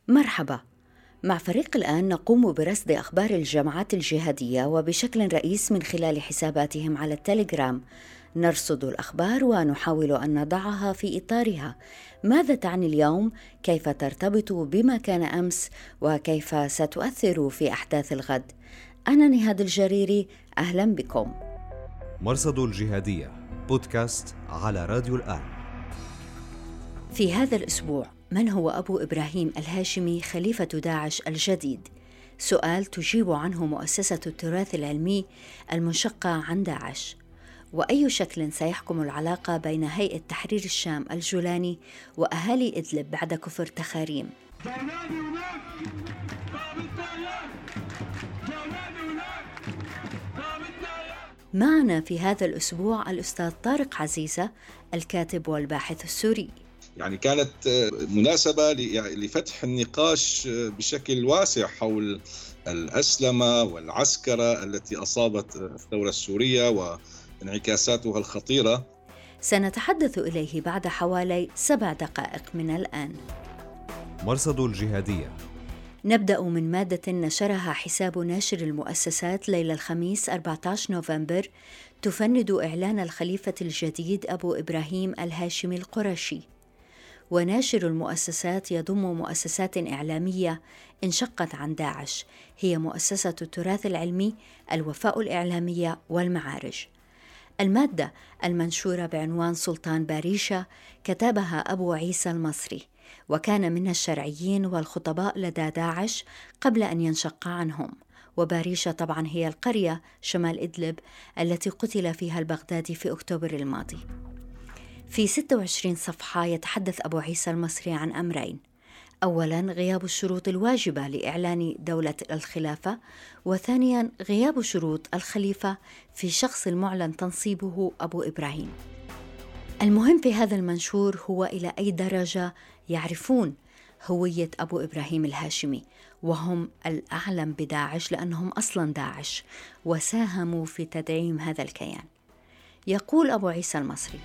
مرحبا. مع فريق الآن نقوم برصد أخبار الجماعات الجهادية وبشكل رئيس من خلال حساباتهم على التليجرام. نرصد الأخبار ونحاول أن نضعها في إطارها. ماذا تعني اليوم؟ كيف ترتبط بما كان أمس؟ وكيف ستؤثر في أحداث الغد؟ أنا نهاد الجريري، أهلا بكم. مرصد الجهادية بودكاست على راديو الآن. في هذا الأسبوع، من هو أبو إبراهيم الهاشمي خليفة داعش الجديد؟ سؤال تجيب عنه مؤسسة التراث العلمي المنشقة عن داعش. وأي شكل سيحكم العلاقة بين هيئة تحرير الشام الجولاني وأهالي إدلب بعد كفر تخاريم؟ معنا في هذا الأسبوع الأستاذ طارق عزيزة، الكاتب والباحث السوري. يعني كانت مناسبة لفتح النقاش بشكل واسع حول الأسلمة والعسكرة التي أصابت الثورة السورية وانعكاساتها الخطيرة. سنتحدث إليه بعد حوالي 7 دقائق من الآن. مرصد الجهادية. نبدأ من مادة نشرها حساب ناشر المؤسسات ليلة الخميس 14 نوفمبر تفند إعلان الخليفة الجديد أبو إبراهيم الهاشمي القرشي. وناشر المؤسسات يضم مؤسسات إعلامية انشقت عن داعش، هي مؤسسة التراث العلمي، الوفاء الإعلامية والمعارج. المادة المنشورة بعنوان سلطان باريشة كتبها أبو عيسى المصري، وكان من الشرعيين والخطباء لدى داعش قبل أن ينشق عنهم. وباريشة طبعا هي القرية شمال إدلب التي قتل فيها البغدادي في أكتوبر الماضي. في 26 صفحة يتحدث أبو عيسى المصري عن أمرين: أولاً غياب الشروط الواجبة لإعلان دولة الخلافة، وثانياً غياب شروط الخليفة في شخص المعلن تنصيبه أبو إبراهيم. المهم في هذا المنشور هو إلى أي درجة يعرفون هوية أبو إبراهيم الهاشمي، وهم الأعلم بداعش لأنهم أصلاً داعش وساهموا في تدعيم هذا الكيان. يقول أبو عيسى المصري: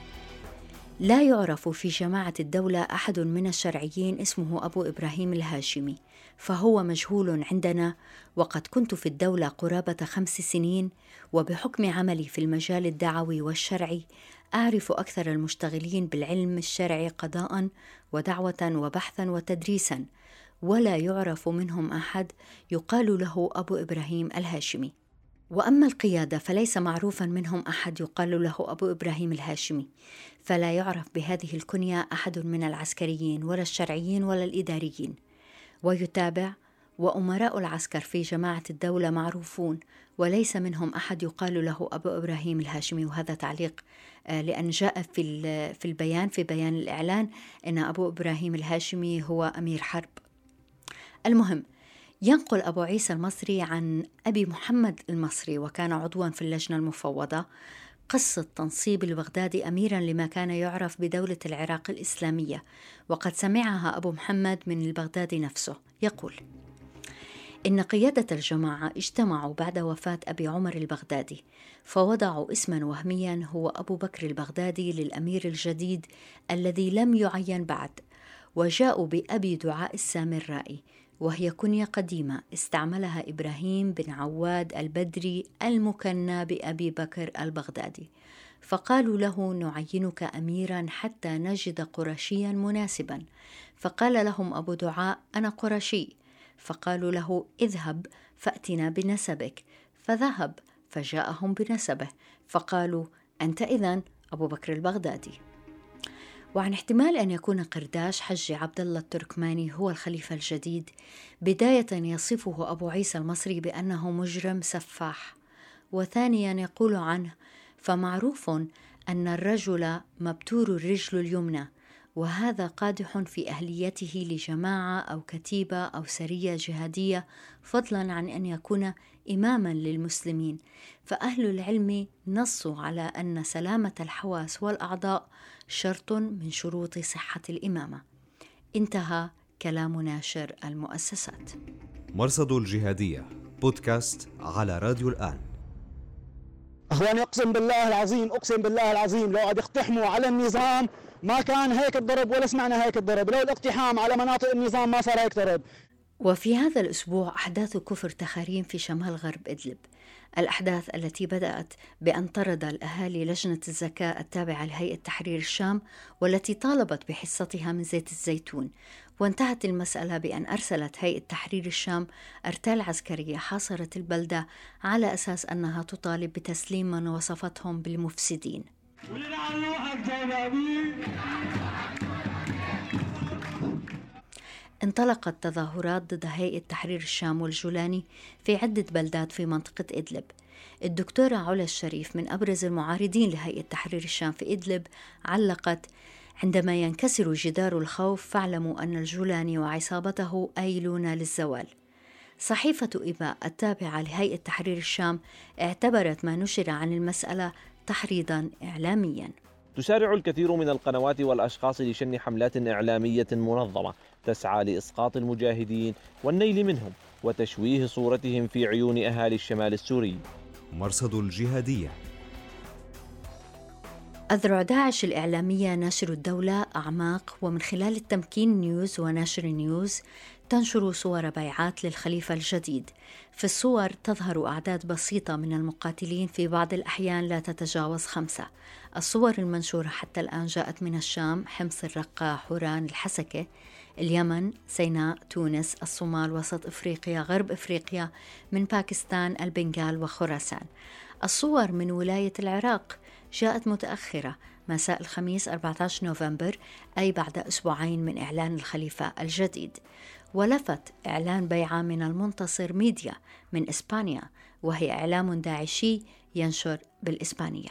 لا يعرف في جماعة الدولة أحد من الشرعيين اسمه أبو إبراهيم الهاشمي، فهو مجهول عندنا، وقد كنت في الدولة قرابة 5 سنين، وبحكم عملي في المجال الدعوي والشرعي أعرف أكثر المشتغلين بالعلم الشرعي قضاء ودعوة وبحثا وتدريسا، ولا يعرف منهم أحد يقال له أبو إبراهيم الهاشمي. وأما القيادة فليس معروفا منهم أحد يقال له أبو إبراهيم الهاشمي، فلا يعرف بهذه الكنية أحد من العسكريين ولا الشرعيين ولا الإداريين. ويتابع: وأمراء العسكر في جماعة الدولة معروفون وليس منهم أحد يقال له أبو إبراهيم الهاشمي. وهذا تعليق لأن جاء في بيان الإعلان أن أبو إبراهيم الهاشمي هو أمير حرب. المهم، ينقل أبو عيسى المصري عن أبي محمد المصري، وكان عضواً في اللجنة المفوضة، قصة تنصيب البغدادي أميراً لما كان يعرف بدولة العراق الإسلامية، وقد سمعها أبو محمد من البغدادي نفسه. يقول: إن قيادة الجماعة اجتمعوا بعد وفاة أبي عمر البغدادي، فوضعوا اسماً وهمياً هو أبو بكر البغدادي للأمير الجديد الذي لم يعين بعد، وجاءوا بأبي دعاء السامرائي، وهي كنية قديمة استعملها إبراهيم بن عواد البدري المكنى بأبي بكر البغدادي، فقالوا له: نعينك أميرا حتى نجد قرشيا مناسبا. فقال لهم أبو دعاء: أنا قرشي. فقالوا له: اذهب فأتنا بنسبك. فذهب فجاءهم بنسبه، فقالوا: أنت إذن أبو بكر البغدادي. وعن احتمال أن يكون قرداش حج عبد الله التركماني هو الخليفة الجديد، بداية يصفه أبو عيسى المصري بأنه مجرم سفاح، وثانيا يقول عنه: فمعروف أن الرجل مبتور الرجل اليمنى، وهذا قادح في أهليته لجماعة أو كتيبة أو سرية جهادية، فضلا عن أن يكون إماما للمسلمين. فأهل العلم نصوا على أن سلامة الحواس والأعضاء شرط من شروط صحة الإمامة. انتهى كلام ناشر المؤسسات. مرصد الجهادية بودكاست على راديو الآن. أخواني، أقسم بالله العظيم لو قد اقتحموا على النظام ما كان هيك الضرب ولا سمعنا هيك الضرب، لو الاقتحام على مناطق النظام ما صار هيك ضرب. وفي هذا الأسبوع أحداث كفر تخاريم في شمال غرب إدلب، الأحداث التي بدأت بأن طرد الأهالي لجنة الزكاة التابعة لهيئة تحرير الشام والتي طالبت بحصتها من زيت الزيتون، وانتهت المسألة بأن أرسلت هيئة تحرير الشام أرتال عسكرية حاصرت البلدة على أساس أنها تطالب بتسليم من وصفتهم بالمفسدين. انطلقت تظاهرات ضد هيئة تحرير الشام والجولاني في عدة بلدات في منطقة إدلب. الدكتورة علا الشريف من أبرز المعارضين لهيئة تحرير الشام في إدلب علقت: عندما ينكسر جدار الخوف فاعلموا أن الجولاني وعصابته آيلون للزوال. صحيفة إباء التابعة لهيئة تحرير الشام اعتبرت ما نشر عن المسألة تحريضاً إعلامياً. تسارع الكثير من القنوات والأشخاص لشن حملات إعلامية منظمة تسعى لإسقاط المجاهدين والنيل منهم وتشويه صورتهم في عيون أهالي الشمال السوري. مرصد الجهادية. أذرع داعش الإعلامية ناشر الدولة أعماق، ومن خلال التمكين نيوز وناشر نيوز تنشر صور بيعات للخليفة الجديد. في الصور تظهر أعداد بسيطة من المقاتلين، في بعض الأحيان لا تتجاوز 5. الصور المنشورة حتى الآن جاءت من الشام، حمص، الرقة، حوران، الحسكة، اليمن، سيناء، تونس، الصومال، وسط إفريقيا، غرب إفريقيا، من باكستان، البنغال وخراسان. الصور من ولاية العراق جاءت متأخرة مساء الخميس 14 نوفمبر، أي بعد أسبوعين من إعلان الخليفة الجديد. ولفت إعلان بيعة من المنتصر ميديا من إسبانيا، وهي إعلام داعشي ينشر بالإسبانية.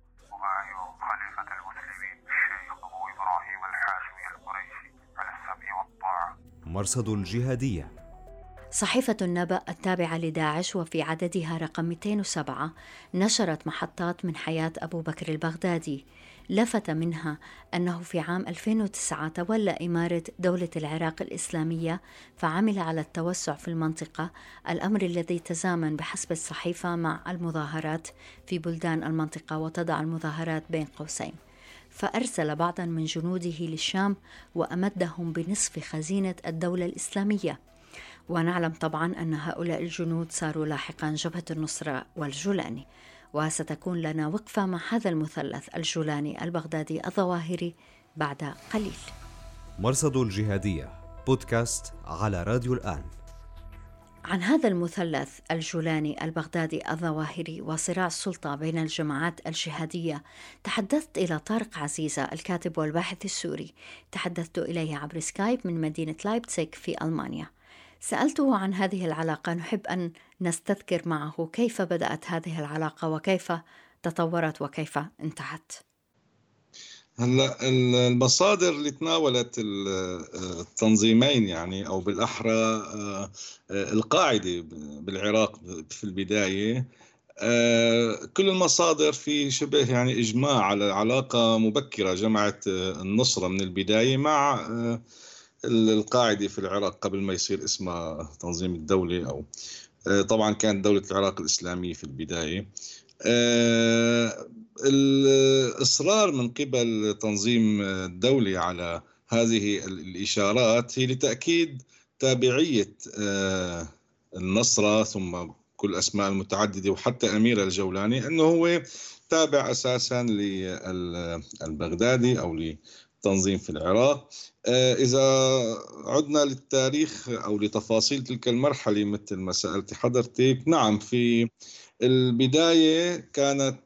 خليفة المسلمين الشيخ أبو إبراهيم الحاشمي القريشي على السمع والطاعة. مرصد الجهادية. صحيفة النبأ التابعة لداعش وفي عددها رقم 207 نشرت محطات من حياة أبو بكر البغدادي. لفت منها أنه في عام 2009 تولى إمارة دولة العراق الإسلامية، فعمل على التوسع في المنطقة، الأمر الذي تزامن بحسب الصحيفة مع المظاهرات في بلدان المنطقة، وتضع المظاهرات بين قوسين. فأرسل بعضا من جنوده للشام وأمدهم بنصف خزينة الدولة الإسلامية. ونعلم طبعا أن هؤلاء الجنود صاروا لاحقا جبهة النصرة والجولاني. وستكون لنا وقفة مع هذا المثلث الجولاني البغدادي الظواهري بعد قليل. مرصد الجهادية بودكاست على راديو الآن. عن هذا المثلث الجولاني البغدادي الظواهري وصراع السلطة بين الجماعات الجهادية تحدثت إلى طارق عزيزة الكاتب والباحث السوري. تحدثت إليه عبر سكايب من مدينة لايبتسيغ في ألمانيا. سألته عن هذه العلاقة. نحب أن نستذكر معه كيف بدأت هذه العلاقة وكيف تطورت وكيف انتهت. هلا المصادر اللي تناولت التنظيمين يعني او بالاحرى القاعده بالعراق في البدايه، كل المصادر في شبه يعني اجماع على علاقه مبكره جمعت النصره من البدايه مع القاعده في العراق قبل ما يصير اسمها تنظيم الدوله، او طبعا كانت دوله العراق الاسلاميه في البدايه. الإصرار من قبل تنظيم الدولة على هذه الإشارات هي لتأكيد تابعية النصرة ثم كل أسماء المتعددة وحتى أمير الجولاني أنه هو تابع أساسا للبغدادي أو لتنظيم في العراق. إذا عدنا للتاريخ أو لتفاصيل تلك المرحلة مثل ما سألت حضرتك، نعم في البداية كانت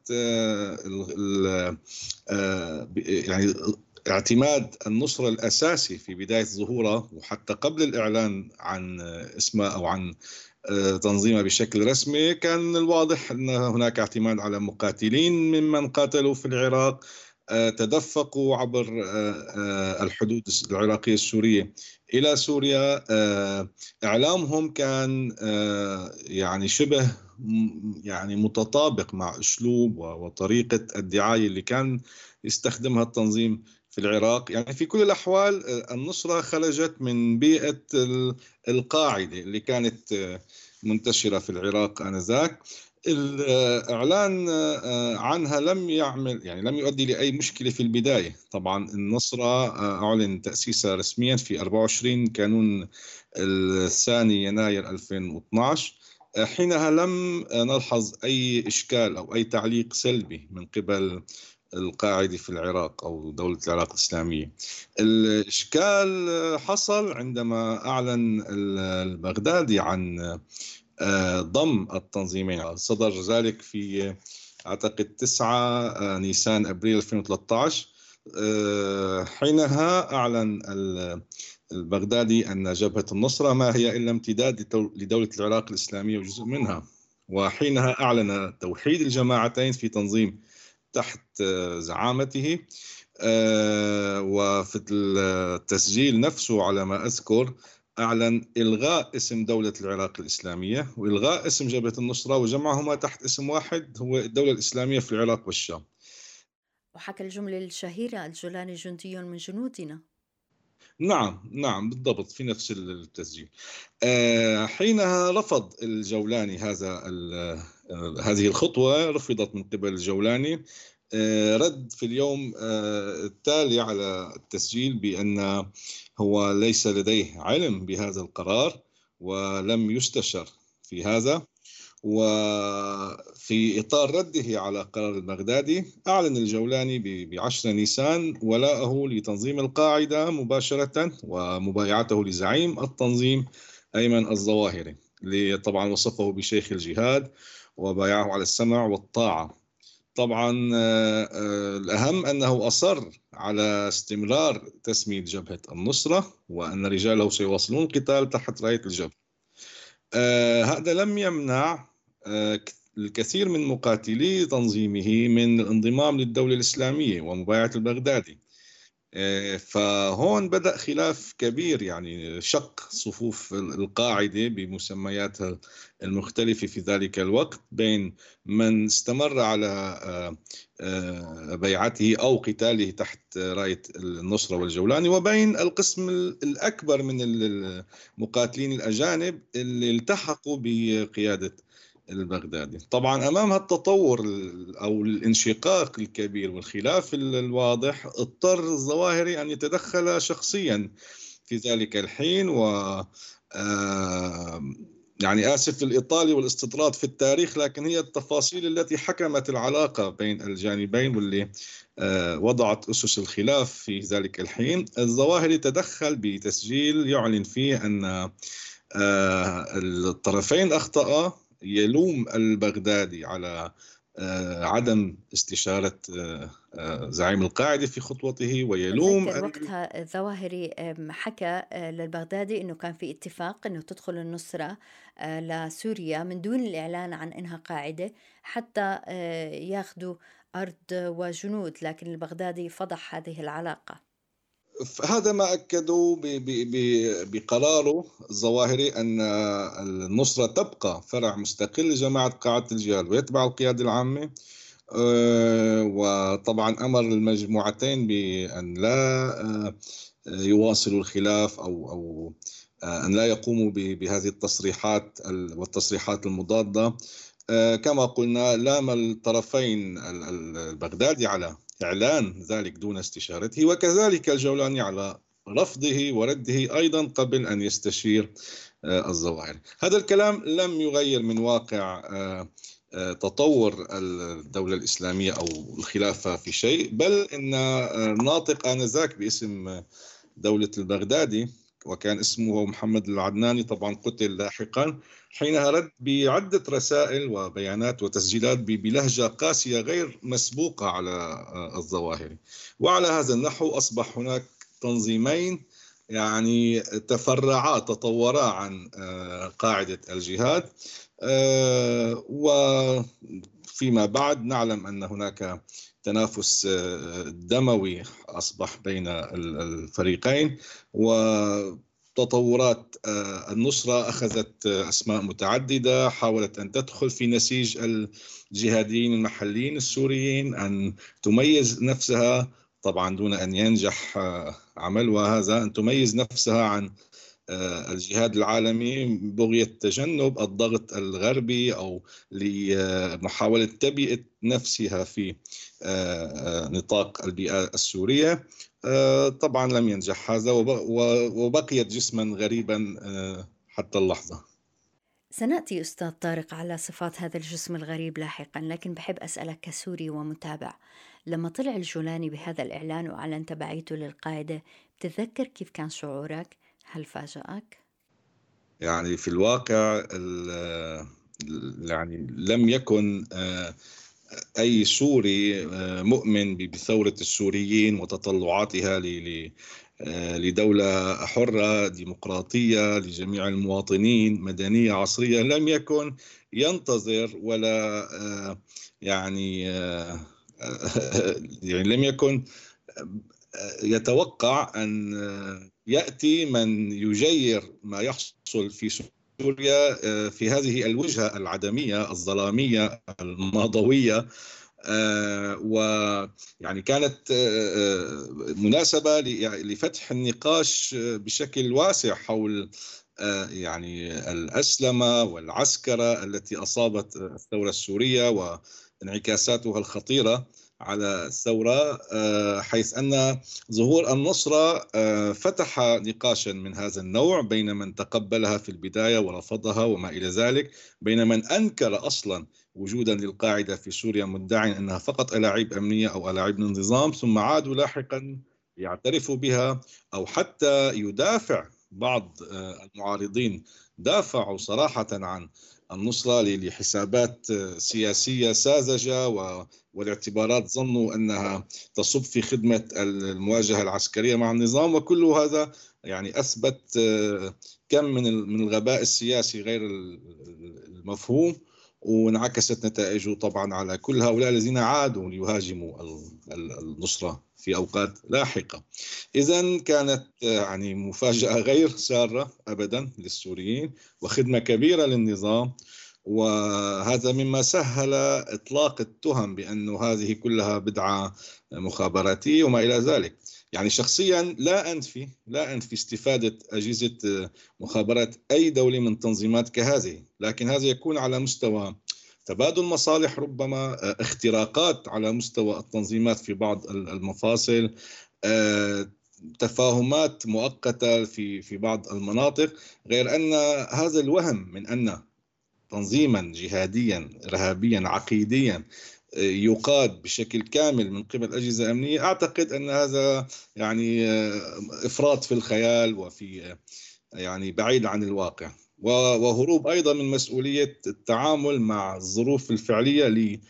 يعني اعتماد النصرة الأساسي في بداية ظهورها وحتى قبل الإعلان عن اسمها أو عن تنظيمها بشكل رسمي، كان الواضح أن هناك اعتماد على مقاتلين ممن قاتلوا في العراق تدفقوا عبر الحدود العراقية السورية إلى سوريا. إعلامهم كان يعني شبه يعني متطابق مع أسلوب وطريقة الدعاية اللي كان يستخدمها التنظيم في العراق. يعني في كل الأحوال النصرة خرجت من بيئة القاعدة اللي كانت منتشرة في العراق آنذاك. الإعلان عنها لم يؤدي لأي مشكلة في البداية. طبعا النصرة أعلن تأسيسها رسميا في 24 كانون الثاني يناير 2012. حينها لم نلحظ أي إشكال أو أي تعليق سلبي من قبل القاعدة في العراق أو دولة العراق الإسلامية. الإشكال حصل عندما أعلن البغدادي عن ضم التنظيمين. صدر ذلك في أعتقد 9 نيسان أبريل 2013. حينها أعلن البغدادي أن جبهة النصرة ما هي إلا امتداد لدولة العراق الإسلامية وجزء منها، وحينها أعلن توحيد الجماعتين في تنظيم تحت زعامته. وفي التسجيل نفسه على ما أذكر أعلن إلغاء اسم دولة العراق الإسلامية وإلغاء اسم جبهة النصرة وجمعهما تحت اسم واحد هو الدولة الإسلامية في العراق والشام. وحكى الجملة الشهيرة: الجولاني جندي من جنودنا. نعم بالضبط في نفس التسجيل. حينها رفض الجولاني هذه الخطوة، رفضت من قبل الجولاني. رد في اليوم التالي على التسجيل بأن هو ليس لديه علم بهذا القرار ولم يستشر في هذا. وفي إطار رده على قرار البغدادي أعلن الجولاني ب10 نيسان ولاءه لتنظيم القاعدة مباشرة ومبايعته لزعيم التنظيم أيمن الظواهري، اللي طبعا وصفه بشيخ الجهاد وبايعه على السمع والطاعة. طبعا الأهم أنه أصر على استمرار تسمية جبهة النصرة وأن رجاله سيواصلون القتال تحت راية الجبهة. هذا لم يمنع الكثير من مقاتلي تنظيمه من الانضمام للدولة الإسلامية ومبايعة البغدادي. فهون بدأ خلاف كبير، يعني شق صفوف القاعدة بمسمياتها المختلفة في ذلك الوقت بين من استمر على بيعته أو قتاله تحت راية النصرة والجولاني، وبين القسم الأكبر من المقاتلين الأجانب اللي التحقوا بقيادة البغدادي. طبعا أمام التطور أو الانشقاق الكبير والخلاف الواضح اضطر الظواهري أن يتدخل شخصيا في ذلك الحين. يعني آسف للإطالة والاستطراد في التاريخ، لكن هي التفاصيل التي حكمت العلاقة بين الجانبين واللي وضعت أسس الخلاف في ذلك الحين. الظواهري تدخل بتسجيل يعلن فيه أن الطرفين أخطأ، يلوم البغدادي على عدم استشارة زعيم القاعدة في خطوته، ويلوم وقتها الظواهري حكى للبغدادي أنه كان في اتفاق أنه تدخل النصرة لسوريا من دون الإعلان عن إنها قاعدة حتى ياخدوا أرض وجنود، لكن البغدادي فضح هذه العلاقة. هذا ما أكدوا بقراره الظواهري أن النصرة تبقى فرع مستقل لجماعة قاعدة الجهاد ويتبع القيادة العامة. وطبعا أمر المجموعتين بأن لا يواصلوا الخلاف أو أن لا يقوموا بهذه التصريحات والتصريحات المضادة. كما قلنا لام الطرفين البغدادي على إعلان ذلك دون استشارته، وكذلك الجولاني على رفضه ورده أيضا قبل أن يستشير الظواهري. هذا الكلام لم يغير من واقع تطور الدولة الإسلامية أو الخلافة في شيء، بل إن ناطق آنذاك باسم دولة البغدادي وكان اسمه محمد العدناني طبعا قتل لاحقا، حينها رد بعدة رسائل وبيانات وتسجيلات بلهجة قاسية غير مسبوقة على الظواهري. وعلى هذا النحو أصبح هناك تنظيمين يعني تطورا عن قاعدة الجهاد. وفيما بعد نعلم أن هناك تنافس دموي أصبح بين الفريقين، وتطورات النصرة أخذت أسماء متعددة حاولت أن تدخل في نسيج الجهاديين المحليين السوريين، أن تميز نفسها طبعا دون أن ينجح عملها هذا، أن تميز نفسها عن الجهاد العالمي بغية تجنب الضغط الغربي أو لمحاولة تبيئة نفسها في نطاق البيئة السورية. طبعا لم ينجح هذا، وبقيت جسما غريبا حتى اللحظة. سنأتي أستاذ طارق على صفات هذا الجسم الغريب لاحقا، لكن بحب أسألك كسوري ومتابع، لما طلع الجولاني بهذا الإعلان وأعلن تبعيته للقاعدة، بتتذكر كيف كان شعورك؟ هل فاجأك؟ يعني في الواقع يعني لم يكن أي سوري مؤمن بثورة السوريين وتطلعاتها لدولة حرة ديمقراطية لجميع المواطنين مدنية عصرية، لم يكن ينتظر ولا يعني لم يكن يتوقع أن يأتي من يجير ما يحصل في سوريا في هذه الوجهة العدمية الظلامية الماضوية. ويعني كانت مناسبة لفتح النقاش بشكل واسع حول يعني الأسلمة والعسكرة التي أصابت الثورة السورية وانعكاساتها الخطيرة على الثورة، حيث أن ظهور النصرة فتح نقاشا من هذا النوع بين من تقبلها في البداية ورفضها وما إلى ذلك، بين من أنكر أصلا وجودا للقاعدة في سوريا مدعي أنها فقط ألاعيب أمنية أو ألاعيب النظام، ثم عادوا لاحقا يعترفوا بها، أو حتى يدافع بعض المعارضين دافعوا صراحة عن النصرة لحسابات سياسية ساذجة والاعتبارات ظنوا أنها تصب في خدمة المواجهة العسكرية مع النظام. وكل هذا يعني أثبت كم من الغباء السياسي غير المفهوم، وانعكست نتائجه طبعا على كل هؤلاء الذين عادوا ليهاجموا النصرة في أوقات لاحقة. إذن كانت يعني مفاجأة غير سارة أبدا للسوريين وخدمة كبيرة للنظام، وهذا مما سهل إطلاق التهم بأن هذه كلها بدعة مخابراتية وما إلى ذلك. يعني شخصيا لا أنفي استفادة أجهزة مخابرات أي دولة من تنظيمات كهذه، لكن هذا يكون على مستوى تبادل مصالح، ربما اختراقات على مستوى التنظيمات في بعض المفاصل، تفاهمات مؤقتة في بعض المناطق، غير أن هذا الوهم من أن تنظيما جهاديا إرهابيا عقيديا يقاد بشكل كامل من قبل أجهزة أمنية، أعتقد أن هذا يعني إفراط في الخيال وفي يعني بعيد عن الواقع، وهروب أيضا من مسؤولية التعامل مع الظروف الفعلية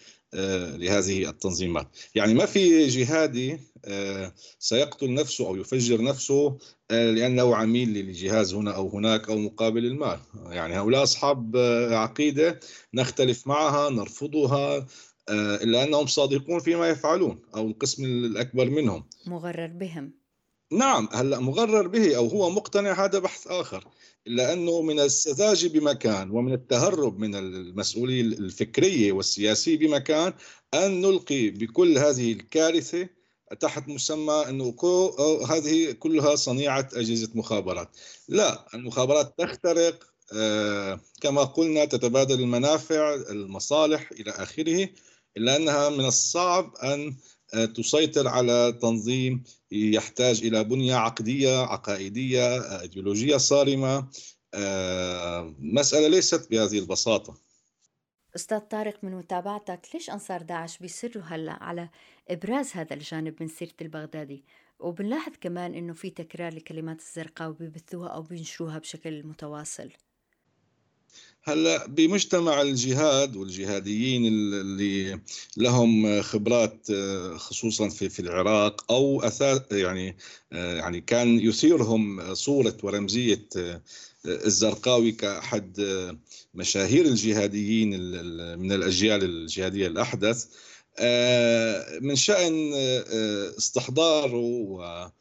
لهذه التنظيمات. يعني ما في جهادي سيقتل نفسه أو يفجر نفسه لأنه عميل لجهاز هنا أو هناك أو مقابل المال. يعني هؤلاء أصحاب عقيدة نختلف معها نرفضها، إلا أنهم صادقون فيما يفعلون، أو القسم الأكبر منهم مغرر بهم. نعم، هلأ مغرر به أو هو مقتنع هذا بحث آخر، إلا أنه من السذاجة بمكان ومن التهرب من المسؤولية الفكرية والسياسية بمكان أن نلقي بكل هذه الكارثة تحت مسمى أنه هذه كلها صنيعة أجهزة مخابرات. لا، المخابرات تخترق كما قلنا، تتبادل المنافع المصالح إلى آخره، إلا أنها من الصعب أن تسيطر على تنظيم يحتاج إلى بنية عقدية عقائدية أيديولوجية صارمة. مسألة ليست بهذه البساطة. أستاذ طارق، من متابعتك ليش أنصار داعش بيصروا هلأ على إبراز هذا الجانب من سيرة البغدادي؟ وبنلاحظ كمان إنه في تكرار لكلمات الزرقاء وبيبثوها أو بينشروها بشكل متواصل. هلا بمجتمع الجهاد والجهاديين اللي لهم خبرات خصوصا في العراق او يعني كان يثيرهم صورة ورمزية الزرقاوي كأحد مشاهير الجهاديين من الأجيال الجهادية الأحدث، من شأن استحضاره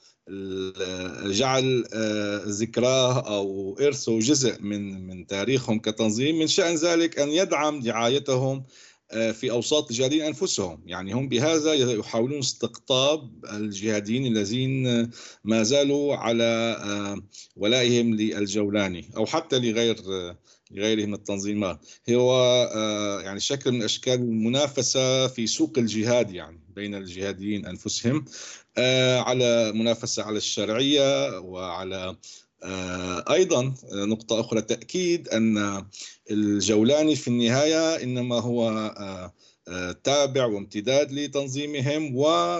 وجعل ذكراه أو إرثه جزء من تاريخهم كتنظيم، من شأن ذلك أن يدعم دعايتهم في أوساط الجهاديين أنفسهم. يعني هم بهذا يحاولون استقطاب الجهاديين الذين ما زالوا على ولائهم للجولاني أو حتى لغيره من التنظيمات. هو يعني شكل من أشكال المنافسة في سوق الجهاد، يعني بين الجهاديين أنفسهم، على منافسة على الشرعية، وعلى أيضا نقطة أخرى تأكيد أن الجولاني في النهاية إنما هو تابع وامتداد لتنظيمهم،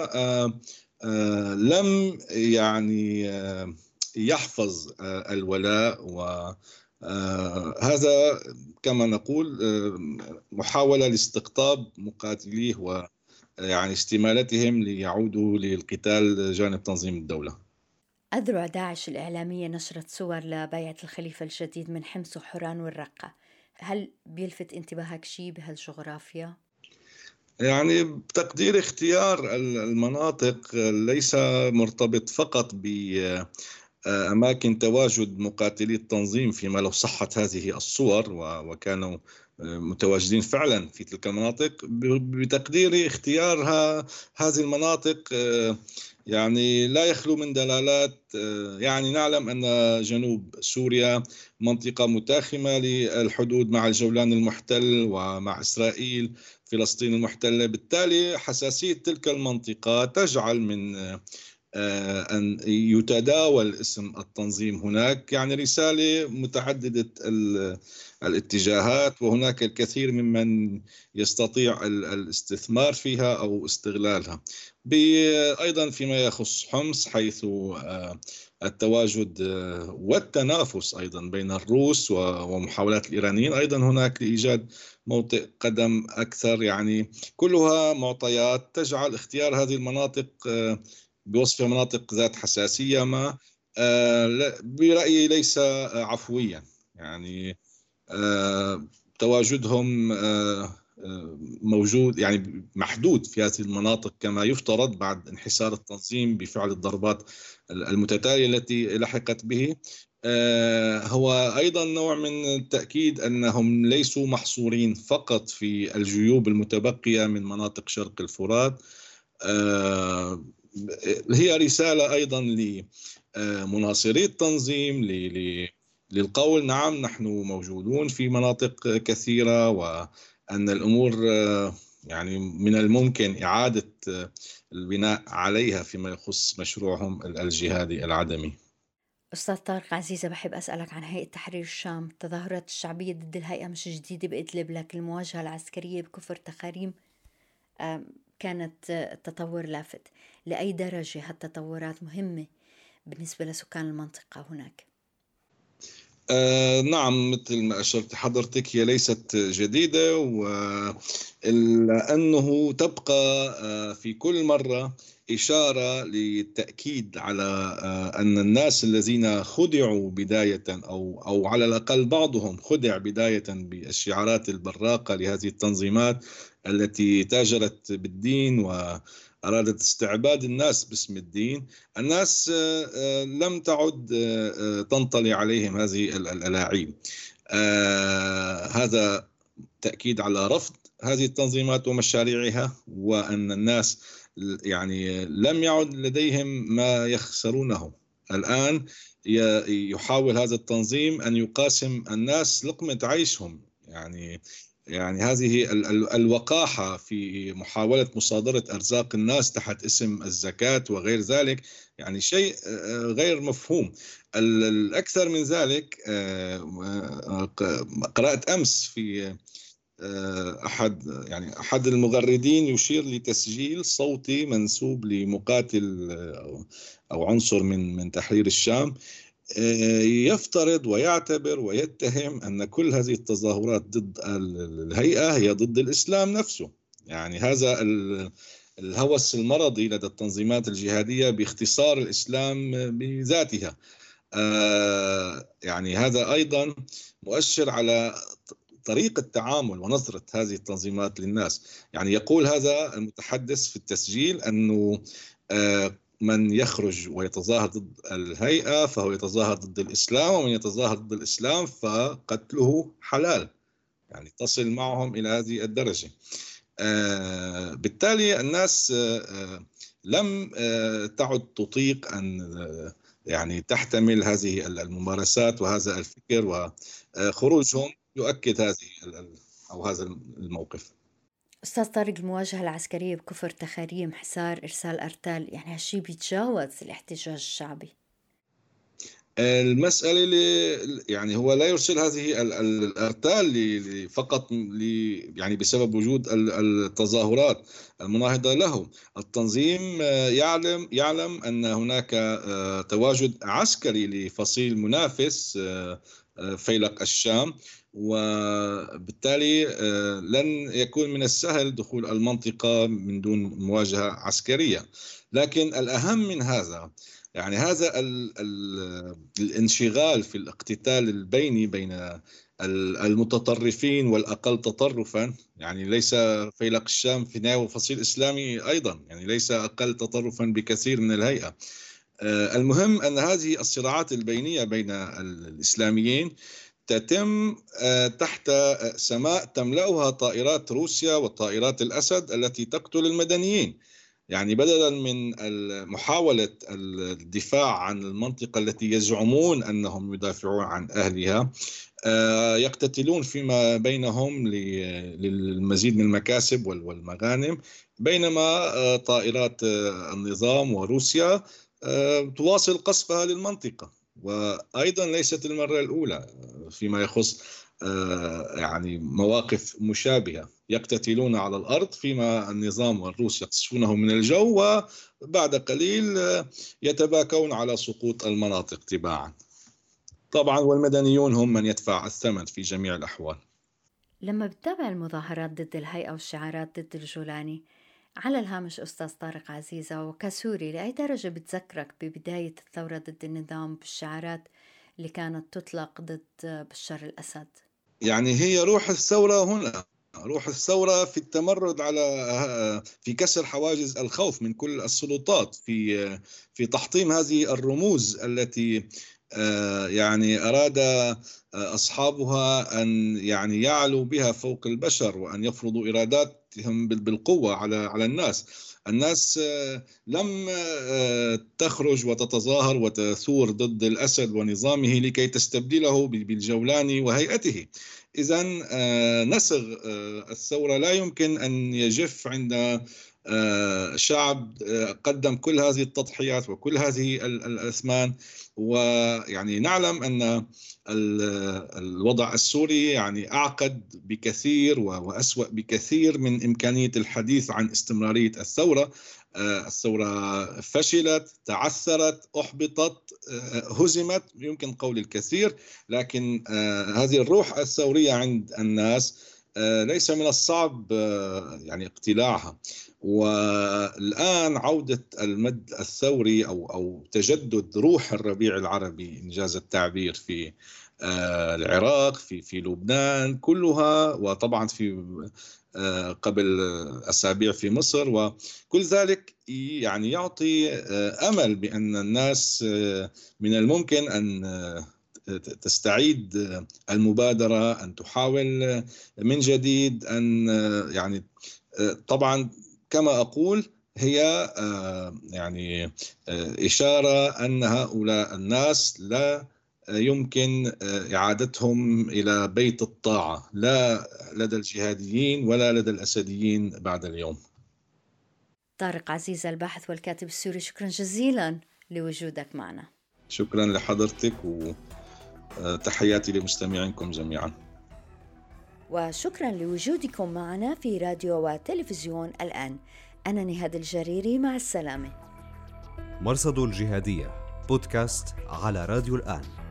ولم يعني يحفظ الولاء، وهذا كما نقول محاولة لاستقطاب مقاتليه ويعني استمالتهم ليعودوا للقتال جانب تنظيم الدولة. أذرع داعش الإعلامية نشرت صور لبيعة الخليفة الجديد من حمص وحوران والرقة. هل بيلفت انتباهك شيء بهالجغرافيا؟ يعني بتقدير اختيار المناطق ليس مرتبط فقط بأماكن تواجد مقاتلي التنظيم، فيما لو صحت هذه الصور وكانوا متواجدين فعلا في تلك المناطق. بتقدير اختيارها هذه المناطق يعني لا يخلو من دلالات. يعني نعلم أن جنوب سوريا منطقة متاخمة للحدود مع الجولان المحتل ومع إسرائيل، فلسطين المحتلة. بالتالي حساسية تلك المنطقة تجعل من أن يتداول اسم التنظيم هناك يعني رسالة متعددة الاتجاهات، وهناك الكثير ممن يستطيع الاستثمار فيها أو استغلالها. أيضا فيما يخص حمص، حيث التواجد والتنافس أيضا بين الروس ومحاولات الإيرانيين أيضا هناك لإيجاد موطئ قدم أكثر. يعني كلها معطيات تجعل اختيار هذه المناطق بوصفها مناطق ذات حساسية ما برأيي ليس عفويا. يعني تواجدهم موجود يعني محدود في هذه المناطق كما يفترض بعد انحسار التنظيم بفعل الضربات المتتالية التي لحقت به. هو أيضا نوع من التأكيد أنهم ليسوا محصورين فقط في الجيوب المتبقية من مناطق شرق الفرات. هي رسالة أيضا لمناصري التنظيم للقول نعم نحن موجودون في مناطق كثيرة، وأن الأمور يعني من الممكن إعادة البناء عليها فيما يخص مشروعهم الجهادي العدمي. أستاذ طارق عزيزة، بحب أسألك عن هيئة تحرير الشام. التظاهرات الشعبية ضد الهيئة مش جديدة بإدلب، لكن المواجهة العسكرية بكفر تخاريم كانت تطور لافت. لأي درجة هالتطورات مهمة بالنسبة لسكان المنطقة هناك؟ نعم، مثل ما أشرت حضرتك هي ليست جديدة، إلا أنه تبقى في كل مرة إشارة للتأكيد على أن الناس الذين خدعوا بداية أو على الأقل بعضهم خدع بداية بالشعارات البراقة لهذه التنظيمات التي تاجرت بالدين وأرادت استعباد الناس باسم الدين. الناس لم تعد تنطلي عليهم هذه الألاعيب. هذا تأكيد على رفض هذه التنظيمات ومشاريعها، وأن الناس يعني لم يعد لديهم ما يخسرونه. الآن يحاول هذا التنظيم أن يقاسم الناس لقمة عيشهم. يعني هذه الوقاحة في محاولة مصادرة أرزاق الناس تحت اسم الزكاة وغير ذلك يعني شيء غير مفهوم. الأكثر من ذلك، قرأت أمس في أحد المغردين يشير لتسجيل صوتي منسوب لمقاتل أو عنصر من تحرير الشام يفترض ويعتبر ويتهم أن كل هذه التظاهرات ضد الهيئة هي ضد الإسلام نفسه. يعني هذا الهوس المرضي لدى التنظيمات الجهادية باختصار الإسلام بذاتها. يعني هذا أيضا مؤشر على طريقة تعامل ونظرة هذه التنظيمات للناس. يعني يقول هذا المتحدث في التسجيل أنه من يخرج ويتظاهر ضد الهيئة فهو يتظاهر ضد الإسلام، ومن يتظاهر ضد الإسلام فقتله حلال. يعني تصل معهم إلى هذه الدرجة. بالتالي الناس لم تعد تطيق أن يعني تحتمل هذه الممارسات وهذا الفكر، وخروجهم يؤكد هذا الموقف. أستاذ طارق، المواجهة العسكرية بكفر تخاريم، حصار، إرسال أرتال، يعني هالشي بيتجاوز الاحتجاج الشعبي. المسألة يعني هو لا يرسل هذه الأرتال فقط يعني بسبب وجود التظاهرات المناهضة له. التنظيم يعلم أن هناك تواجد عسكري لفصيل منافس فيلق الشام، وبالتالي لن يكون من السهل دخول المنطقة من دون مواجهة عسكرية. لكن الأهم من هذا يعني هذا الانشغال في الاقتتال البيني بين المتطرفين والأقل تطرفا. يعني ليس فيلق الشام في النهاية فصيل إسلامي أيضا، يعني ليس أقل تطرفا بكثير من الهيئة. المهم أن هذه الصراعات البينية بين الإسلاميين تتم تحت سماء تملأها طائرات روسيا وطائرات الأسد التي تقتل المدنيين. يعني بدلا من محاولة الدفاع عن المنطقة التي يزعمون أنهم يدافعون عن أهلها، يقتتلون فيما بينهم للمزيد من المكاسب والمغانم، بينما طائرات النظام وروسيا تواصل قصفها للمنطقة. وأيضا ليست المرة الأولى فيما يخص يعني مواقف مشابهة، يقتتلون على الأرض فيما النظام والروس يقصفونه من الجو، وبعد قليل يتباكون على سقوط المناطق تباعا. طبعا والمدنيون هم من يدفع الثمن في جميع الأحوال. لما بتتابع المظاهرات ضد الهيئة والشعارات ضد الجولاني على الهامش، أستاذ طارق عزيزة، وكسوري، لأي درجة بتذكرك ببداية الثورة ضد النظام بالشعارات اللي كانت تطلق ضد بشار الأسد؟ يعني هي روح الثورة هنا، روح الثورة في التمرد في كسر حواجز الخوف من كل السلطات، في تحطيم هذه الرموز التي يعني أراد أصحابها أن يعني يعلوا بها فوق البشر وأن يفرضوا إراداتهم بالقوة على الناس لم تخرج وتتظاهر وتثور ضد الأسد ونظامه لكي تستبدله بالجولاني وهيئته. إذن نسغ الثورة لا يمكن أن يجف عند شعب قدم كل هذه التضحيات وكل هذه الأثمان. ويعني نعلم أن الوضع السوري يعني أعقد بكثير وأسوأ بكثير من إمكانية الحديث عن استمرارية الثورة. الثورة فشلت، تعثرت، أحبطت، هزمت، يمكن قول الكثير، لكن هذه الروح الثورية عند الناس ليس من الصعب يعني اقتلاعها. والآن عودة المد الثوري أو تجدد روح الربيع العربي إنجاز التعبير في العراق، في لبنان كلها، وطبعا في قبل أسابيع في مصر، وكل ذلك يعني يعطي أمل بأن الناس من الممكن أن تستعيد المبادرة، أن تحاول من جديد، أن يعني طبعا كما أقول هي يعني إشارة أن هؤلاء الناس لا يمكن إعادتهم إلى بيت الطاعة، لا لدى الجهاديين ولا لدى الأسديين بعد اليوم. طارق عزيزة، الباحث والكاتب السوري، شكرا جزيلا لوجودك معنا. شكرا لحضرتك وتحياتي لمستمعينكم جميعا. وشكرا لوجودكم معنا في راديو وتلفزيون الآن. أنا نهاد الجريري، مع السلامة. مرصد الجهادية بودكاست على راديو الآن.